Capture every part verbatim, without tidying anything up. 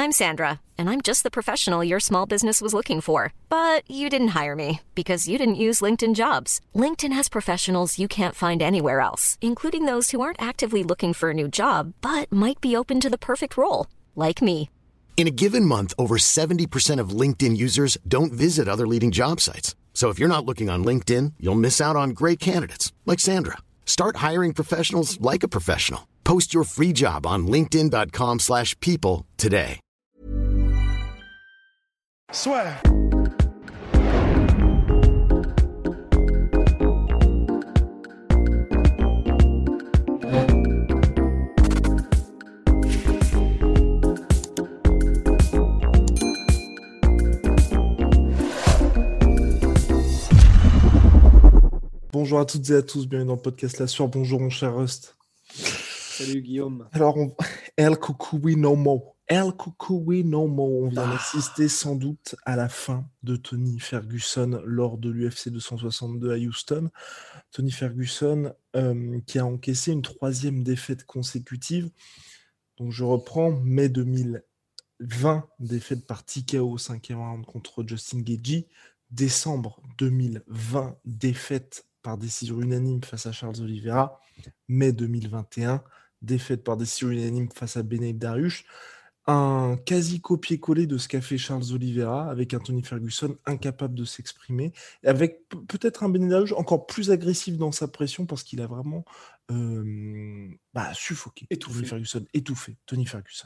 I'm Sandra, and I'm just the professional your small business was looking for. But you didn't hire me because you didn't use LinkedIn Jobs. LinkedIn has professionals you can't find anywhere else, including those who aren't actively looking for a new job, but might be open to the perfect role, like me. In a given month, over seventy percent of LinkedIn users don't visit other leading job sites. So if you're not looking on LinkedIn, you'll miss out on great candidates like Sandra. Start hiring professionals like a professional. Post your free job on linkedin.com slash people today. Soit. Bonjour à toutes et à tous, bienvenue dans le podcast La Sueur. Bonjour mon cher Rust. Salut Guillaume. Alors, on... El Kukui no Mo. El Kukui no Mo. On vient ah. d'assister sans doute à la fin de Tony Ferguson lors de l'U F C deux cent soixante-deux à Houston. Tony Ferguson euh, qui a encaissé une troisième défaite consécutive. Donc je reprends, mai deux mille vingt, défaite par T K O au cinquième round contre Justin Gaethje. Décembre deux mille vingt, défaite par décision unanime face à Charles Oliveira. Mai deux mille vingt et un, défaite par décision unanime face à Beneil Dariush. Un quasi copier-coller de ce qu'a fait Charles Oliveira, avec un Tony Ferguson incapable de s'exprimer, et avec p- peut-être un Beneil Dariush encore plus agressif dans sa pression, parce qu'il a vraiment euh, bah, suffoqué. Étouffé. Tony Ferguson, étouffé. Tony Ferguson.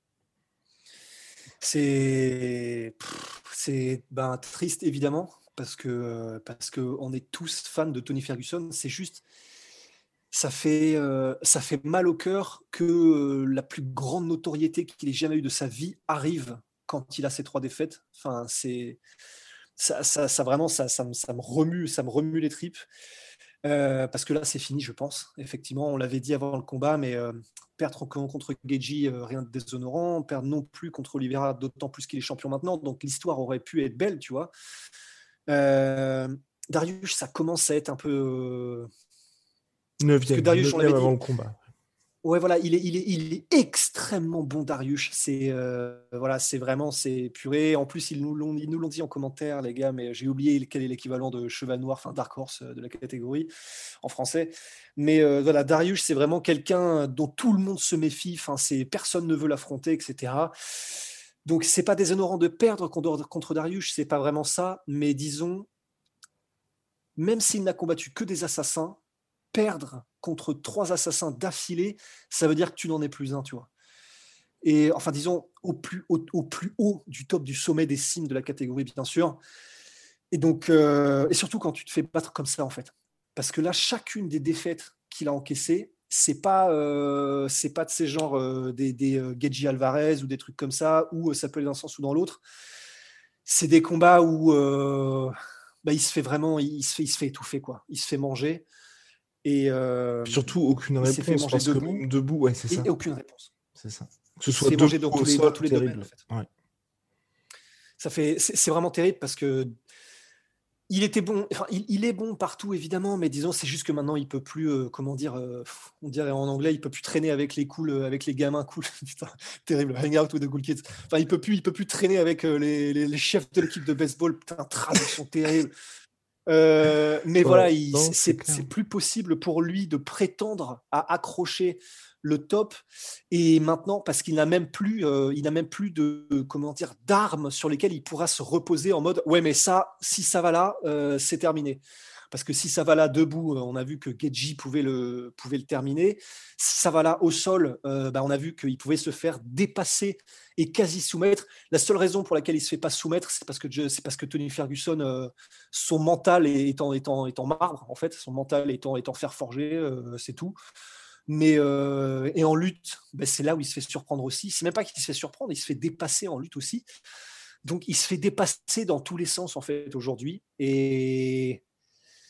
C'est, c'est ben, triste évidemment, parce que parce que on est tous fans de Tony Ferguson. C'est juste, ça fait euh, ça fait mal au cœur que euh, la plus grande notoriété qu'il ait jamais eu de sa vie arrive quand il a ces trois défaites. Enfin, c'est ça, ça, ça vraiment ça, ça, me, ça me remue, ça me remue les tripes. Euh, parce que là, c'est fini, je pense. Effectivement, on l'avait dit avant le combat, mais euh, perdre contre Gaethje, euh, rien de déshonorant. Perdre non plus contre Oliveira, d'autant plus qu'il est champion maintenant. Donc l'histoire aurait pu être belle, tu vois. Euh, Dariush, ça commence à être un peu. Euh... Neuvième, neuvième avant dit... le combat. Ouais, voilà, il est, il est, il est extrêmement bon, Dariush. C'est, euh, voilà, c'est vraiment, c'est purée. En plus, ils nous l'ont, ils nous l'ont dit en commentaire, les gars, mais j'ai oublié quel est l'équivalent de Cheval Noir, enfin Dark Horse de la catégorie en français. Mais euh, voilà, Dariush, c'est vraiment quelqu'un dont tout le monde se méfie. Enfin, c'est personne ne veut l'affronter, et cetera. Donc, c'est pas déshonorant de perdre contre, contre Dariush, c'est pas vraiment ça. Mais disons, même s'il n'a combattu que des assassins, perdre contre trois assassins d'affilée, ça veut dire que tu n'en es plus un, tu vois. Et enfin, disons, au plus haut, au plus haut du top du sommet des cimes de la catégorie, bien sûr. Et donc, euh, et surtout quand tu te fais battre comme ça, en fait. Parce que là, chacune des défaites qu'il a encaissées, c'est pas, euh, c'est pas de ces genres euh, des, des euh, Gaethje Alvarez ou des trucs comme ça, où euh, ça peut aller dans un sens ou dans l'autre. C'est des combats où euh, bah, il se fait vraiment, il se fait, il se fait étouffer, quoi. Il se fait manger. Et euh, surtout aucune réponse parce debout, que même debout, ouais, c'est ça. Et aucune réponse. C'est ça. Que ce soit debout dans au tous les, sol, dans tous les terrible. domaines, en fait. Ouais. Ça fait, c'est, c'est vraiment terrible parce que il était bon. Enfin, il, il est bon partout évidemment, mais disons, c'est juste que maintenant il peut plus, euh, comment dire, euh, on dirait en anglais, il peut plus traîner avec les cool, avec les gamins cool. Putain, terrible. Hang out with the cool kids. Enfin, il peut plus, il peut plus traîner avec euh, les, les, les chefs de l'équipe de baseball. Putain, traduction terrible. Euh, mais ouais, voilà, il, non, c'est, c'est, c'est plus possible pour lui de prétendre à accrocher le top. Et maintenant, parce qu'il n'a même plus, euh, il n'a même plus de, comment dire, d'armes sur lesquelles il pourra se reposer en mode ouais, mais ça, si ça va là, euh, c'est terminé. Parce que si ça va là debout, on a vu que Gaethje pouvait le, pouvait le terminer. Si ça va là au sol, euh, bah on a vu qu'il pouvait se faire dépasser et quasi soumettre. La seule raison pour laquelle il ne se fait pas soumettre, c'est parce que, c'est parce que Tony Ferguson, euh, son mental est en, est, en, est en marbre, en fait. Son mental est en, est en fer forgé, euh, c'est tout. Mais, euh, et en lutte, bah c'est là où il se fait surprendre aussi. C'est même pas qu'il se fait surprendre, il se fait dépasser en lutte aussi. Donc, il se fait dépasser dans tous les sens, en fait, aujourd'hui. Et...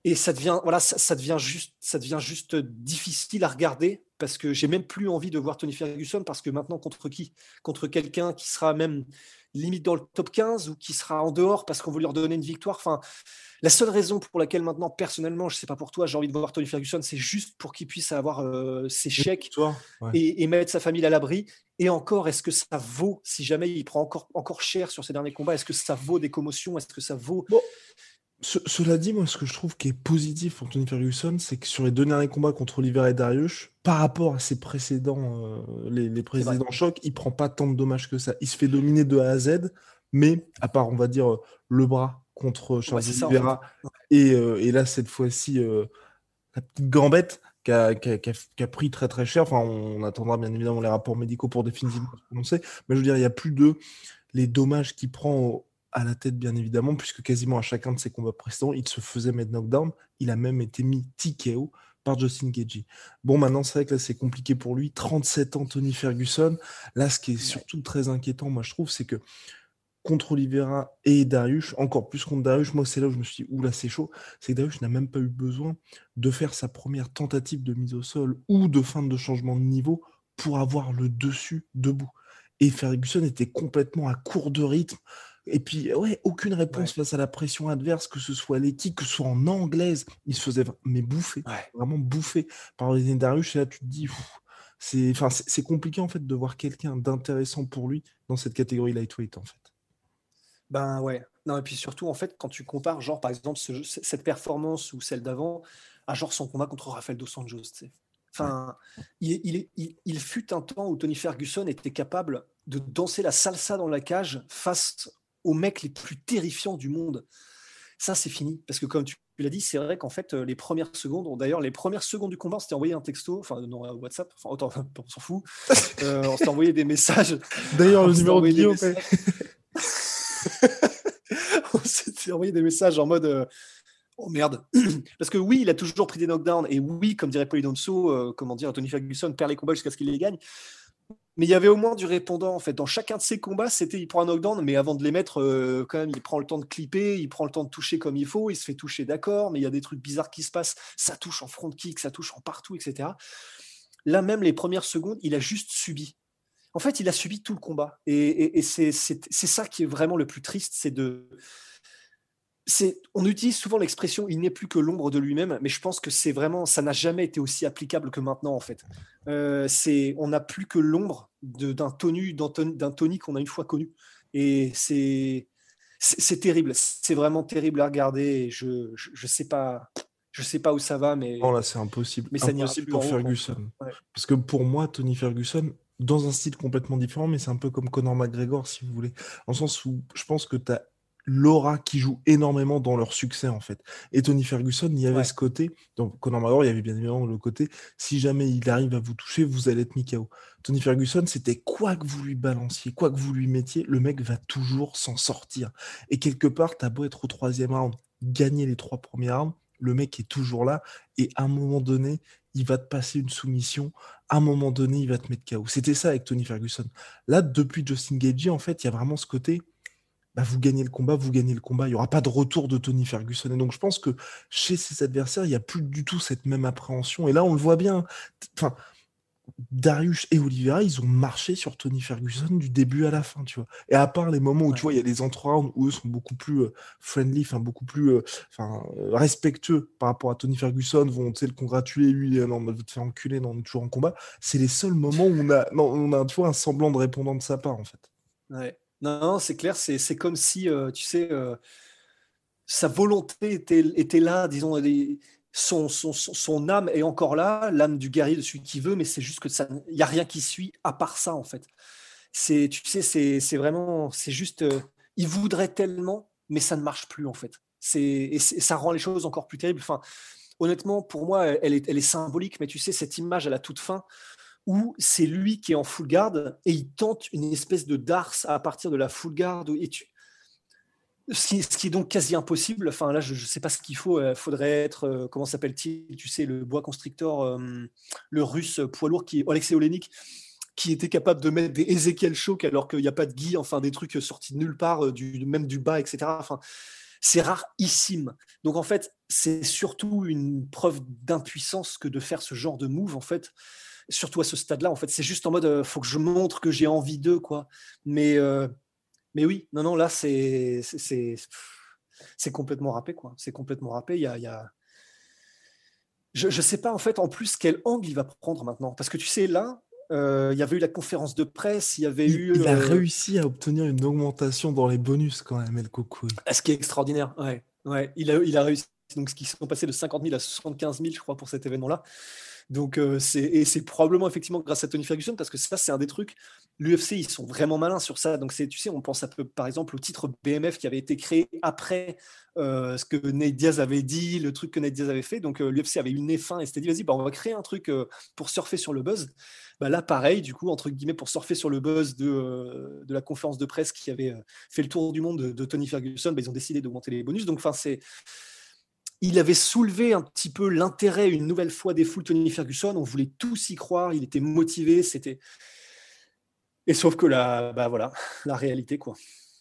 Et ça devient, voilà, ça, ça devient juste, ça devient juste difficile à regarder parce que j'ai même plus envie de voir Tony Ferguson parce que maintenant contre qui? Contre quelqu'un qui sera même limite dans le top quinze ou qui sera en dehors parce qu'on veut lui redonner une victoire. Enfin, la seule raison pour laquelle maintenant, personnellement, je sais pas pour toi, j'ai envie de voir Tony Ferguson, c'est juste pour qu'il puisse avoir euh, ses chèques Toi, ouais. et, et mettre sa famille à l'abri. Et encore, est-ce que ça vaut, si jamais il prend encore, encore cher sur ses derniers combats, est-ce que ça vaut des commotions? Est-ce que ça vaut... Bon, ce- cela dit, moi, ce que je trouve qui est positif pour Tony Ferguson, c'est que sur les deux derniers combats contre Oliveira et Dariush, par rapport à ses précédents, euh, les, les C'est vrai. précédents chocs, il prend pas tant de dommages que ça. Il se fait dominer de A à Z, mais à part, on va dire, euh, le bras contre Ouais, Charles c'est ça, en fait. Oliveira, et, euh, et là, cette fois-ci, euh, la petite gambette qui a, qui a- qui a- qui a pris très très cher. Enfin, on attendra bien évidemment les rapports médicaux pour définitivement se prononcer, mais je veux dire, il n'y a plus de les dommages qu'il prend au- à la tête, bien évidemment, puisque quasiment à chacun de ses combats précédents, il se faisait mettre knockdown. Il a même été mis T K O par Justin Gaethje. Bon, maintenant, c'est vrai que là, c'est compliqué pour lui. trente-sept ans, Tony Ferguson. Là, ce qui est surtout très inquiétant, moi, je trouve, c'est que contre Oliveira et Dariush, encore plus contre Dariush, moi, c'est là où je me suis dit, oula, c'est chaud. C'est que Dariush n'a même pas eu besoin de faire sa première tentative de mise au sol ou de fin de changement de niveau pour avoir le dessus debout. Et Ferguson était complètement à court de rythme. Et puis, ouais, aucune réponse Ouais. face à la pression adverse, que ce soit les kicks, que ce soit en anglaise. Il se faisait mais bouffer, Ouais. vraiment bouffer par les Dariush. Et là, tu te dis, pff, c'est, enfin, c'est c'est compliqué en fait de voir quelqu'un d'intéressant pour lui dans cette catégorie lightweight en fait. Ben ouais. Non, et puis surtout, en fait, quand tu compares, genre, par exemple, ce- cette performance ou celle d'avant, à genre son combat contre Rafael Dos Anjos, tu sais. Ouais. Enfin, il, il, est- il, il fut un temps où Tony Ferguson était capable de danser la salsa dans la cage face aux mecs les plus terrifiants du monde. Ça, c'est fini. Parce que comme tu l'as dit, c'est vrai qu'en fait, euh, les premières secondes, d'ailleurs, les premières secondes du combat, on s'était envoyé un texto, enfin, non, euh, WhatsApp, enfin, autant, on s'en fout. Euh, on s'était envoyé des messages. D'ailleurs, On le s'était numéro de envoyé des Guillaume, messages. On s'était envoyé des messages en mode euh, oh merde. Parce que oui, il a toujours pris des knockdowns. Et oui, comme dirait Polydonso, euh, comment dire, Tony Ferguson perd les combats jusqu'à ce qu'il les gagne. Mais il y avait au moins du répondant en fait. Dans chacun de ses combats, c'était il prend un knockdown, mais avant de les mettre, euh, quand même, il prend le temps de clipper, il prend le temps de toucher comme il faut, il se fait toucher, d'accord, mais il y a des trucs bizarres qui se passent. Ça touche en front kick, ça touche en partout, et cetera. Là même, les premières secondes, il a juste subi. En fait, il a subi tout le combat. Et, et, et c'est, c'est, c'est ça qui est vraiment le plus triste, c'est de. C'est, on utilise souvent l'expression il n'est plus que l'ombre de lui-même, mais je pense que c'est vraiment, ça n'a jamais été aussi applicable que maintenant en fait. Euh, c'est, on n'a plus que l'ombre de, d'un Tony, d'un, d'un Tony qu'on a une fois connu, et c'est, c'est, c'est terrible. C'est vraiment terrible à regarder. Et je, je, je sais pas, je sais pas où ça va, mais, Non, là, c'est impossible. mais ça n'ira Impossible plus pour en haut, quoi, en tout cas. Ferguson. Ouais. Parce que pour moi, Tony Ferguson, dans un style complètement différent, mais c'est un peu comme Conor McGregor, si vous voulez. En sens où je pense que tu as l'aura qui joue énormément dans leur succès, en fait. Et Tony Ferguson, il y avait Ouais. ce côté. Donc, Conor McGregor, il y avait bien évidemment le côté si jamais il arrive à vous toucher, vous allez être mis K O. Tony Ferguson, c'était quoi que vous lui balanciez, quoi que vous lui mettiez, le mec va toujours s'en sortir. Et quelque part, t'as beau être au troisième round, gagner les trois premiers rounds, le mec est toujours là, et à un moment donné, il va te passer une soumission, à un moment donné, il va te mettre K O. C'était ça avec Tony Ferguson. Là, depuis Justin Gaethje, en fait, il y a vraiment ce côté, bah, vous gagnez le combat, vous gagnez le combat, il n'y aura pas de retour de Tony Ferguson. Et donc, je pense que chez ses adversaires, il n'y a plus du tout cette même appréhension. Et là, on le voit bien. Enfin, Dariush et Oliveira, ils ont marché sur Tony Ferguson du début à la fin, tu vois. Et à part les moments où, tu Ouais. vois, il y a des entre-rounds où eux sont beaucoup plus euh, friendly, enfin, beaucoup plus euh, enfin, euh, respectueux par rapport à Tony Ferguson, vont, tu sais, le congratuler, lui, euh, non, on va te faire enculer, non, on est toujours en combat. C'est les seuls moments où on a, non, on a, tu vois, un semblant de répondant de sa part, en fait. Ouais. Non, non, c'est clair, c'est, c'est comme si, euh, tu sais, euh, sa volonté était, était là, disons, les- son, son, son, son âme est encore là, l'âme du guerrier, de celui qui veut, mais c'est juste que ça, il n'y a rien qui suit à part ça, en fait. C'est, tu sais, c'est, c'est vraiment, c'est juste, euh, il voudrait tellement, mais ça ne marche plus, en fait. C'est, et c'est- ça rend les choses encore plus terribles. Enfin, honnêtement, pour moi, elle est, elle est symbolique, mais tu sais, cette image à la toute fin, où c'est lui qui est en full guard et il tente une espèce de darse à partir de la full guard. Et tu, ce qui, ce qui est donc quasi impossible. Enfin, là, je ne sais pas ce qu'il faut. Il faudrait être, euh, comment s'appelle-t-il, tu sais, le bois constrictor, euh, le russe poids lourd, qui, Alexei Olenik, qui était capable de mettre des Ezekiel Choke alors qu'il n'y a pas de gi, enfin, des trucs sortis de nulle part, euh, du, même du bas, et cetera. Enfin, c'est rarissime. Donc en fait, c'est surtout une preuve d'impuissance que de faire ce genre de move, en fait. Surtout à ce stade-là, en fait, c'est juste en mode, euh, faut que je montre que j'ai envie d'eux, quoi. Mais, euh, mais oui, non, non, là, c'est, c'est, c'est, c'est complètement râpé, quoi. C'est complètement râpé. Il y a, il y a... Je, je sais pas, en fait, en plus, quel angle il va prendre maintenant. Parce que tu sais, là, euh, il y avait eu la conférence de presse, il y avait Il, eu. il a euh, réussi à obtenir une augmentation dans les bonus quand même, El Kokoui. Ce qui est extraordinaire, ouais. Ouais, il a, il a réussi. Donc, ce qui sont passés de cinquante mille à soixante-quinze mille, je crois, pour cet événement-là. Donc, euh, c'est, et c'est probablement effectivement grâce à Tony Ferguson, parce que ça, c'est un des trucs. L'U F C, ils sont vraiment malins sur ça. Donc, c'est, tu sais, on pense un peu, par exemple, au titre B M F qui avait été créé après euh, ce que Nate Diaz avait dit, le truc que Nate Diaz avait fait. Donc, euh, l'U F C avait eu le nez fin et s'était dit, vas-y, bah, on va créer un truc euh, pour surfer sur le buzz. Bah, là, pareil, du coup, entre guillemets, pour surfer sur le buzz de, euh, de la conférence de presse qui avait euh, fait le tour du monde de, de Tony Ferguson, bah, ils ont décidé d'augmenter les bonus. Donc, enfin, c'est. Il avait soulevé un petit peu l'intérêt une nouvelle fois des foules Tony Ferguson. On voulait tous y croire. Il était motivé. C'était. Et sauf que la, bah voilà, la réalité, quoi.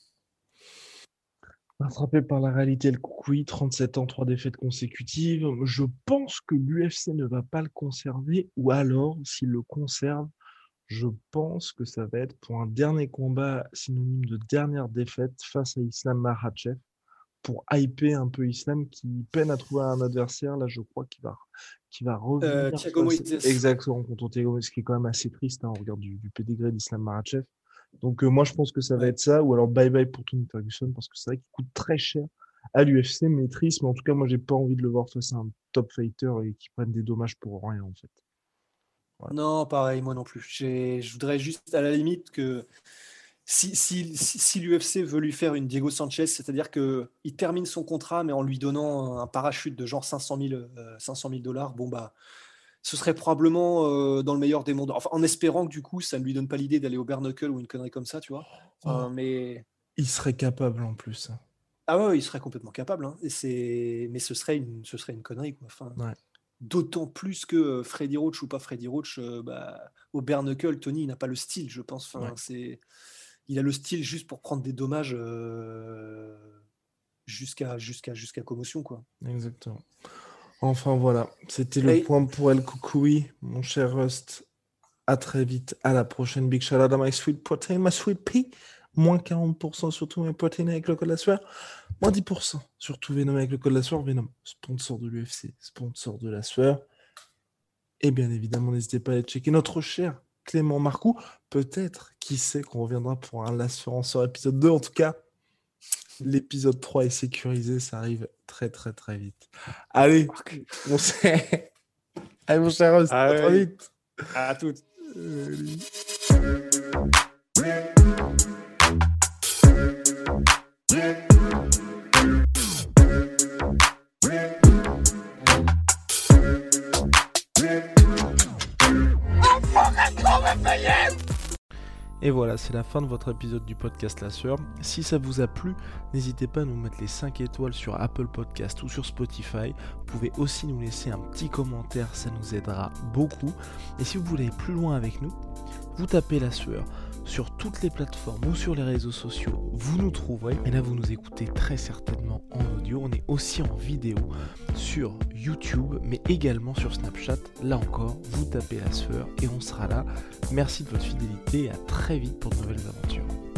Rattrapé par la réalité, El Kokoui, trente-sept ans, trois défaites consécutives. Je pense que l'U F C ne va pas le conserver, ou alors, s'il le conserve, je pense que ça va être pour un dernier combat synonyme de dernière défaite face à Islam Makhachev, pour hyper un peu Islam qui peine à trouver un adversaire. Là, je crois qu'il va, qu'il va revenir. Euh, Thiago face- Moïse. Exactement, contre Thiago Moïse, ce qui est quand même assez triste hein, au regard du, du pédigré d'Islam Makhachev. Donc, euh, moi, je pense que ça va Ouais. être ça, ou alors bye-bye pour Tony Ferguson, parce que c'est vrai qu'il coûte très cher à l'U F C, mais triste. Mais en tout cas, moi, j'ai pas envie de le voir face à un top fighter et qui prenne des dommages pour rien, en fait. Voilà. Non, pareil, moi non plus. J'ai, je voudrais juste, à la limite, que si, si, si, si l'U F C veut lui faire une Diego Sanchez, c'est-à-dire qu'il termine son contrat, mais en lui donnant un parachute de genre cinq cent mille dollars, bon, bah, ce serait probablement euh, dans le meilleur des mondes. Enfin, en espérant que du coup, ça ne lui donne pas l'idée d'aller au bare knuckle ou une connerie comme ça, tu vois. Enfin, Oh, mais. il serait capable en plus. hein. Ah ouais, ouais, il serait complètement capable. Hein. Et c'est... Mais ce serait une, ce serait une connerie, quoi. Enfin, Ouais. d'autant plus que euh, Freddy Roach ou pas Freddy Roach, euh, bah, au bare knuckle, Tony, il n'a pas le style, je pense. Enfin, Ouais. c'est... Il a le style juste pour prendre des dommages euh, jusqu'à, jusqu'à, jusqu'à commotion, quoi. Exactement. Enfin voilà, c'était le Et point pour El Kokoui, mon cher Rust. À très vite, à la prochaine. Big shout out à my sweet protein, my sweet pea. Moins quarante pour cent sur tous mes protéines avec le code de la sueur. Moins dix pour cent sur tout Venom avec le code de la sueur. Venom, sponsor de l'U F C, sponsor de la sueur. Et bien évidemment, n'hésitez pas à aller checker notre cher Clément Marcoux. Peut-être, qui sait, qu'on reviendra pour un La Sueur en sort épisode deux. En tout cas, l'épisode trois est sécurisé. Ça arrive très très très vite. Allez, on sait. Allez mon cher Rust, Ah à très ouais. vite. à toutes. Allez. Et voilà, c'est la fin de votre épisode du podcast La Sueur. Si ça vous a plu, n'hésitez pas à nous mettre les cinq étoiles sur Apple Podcast ou sur Spotify. Vous pouvez aussi nous laisser un petit commentaire, ça nous aidera beaucoup. Et si vous voulez aller plus loin avec nous, vous tapez La Sueur sur toutes les plateformes ou sur les réseaux sociaux, vous nous trouverez. Et là, vous nous écoutez très certainement en audio. On est aussi en vidéo sur YouTube, mais également sur Snapchat. Là encore, vous tapez La Sueur et on sera là. Merci de votre fidélité et à très vite pour de nouvelles aventures.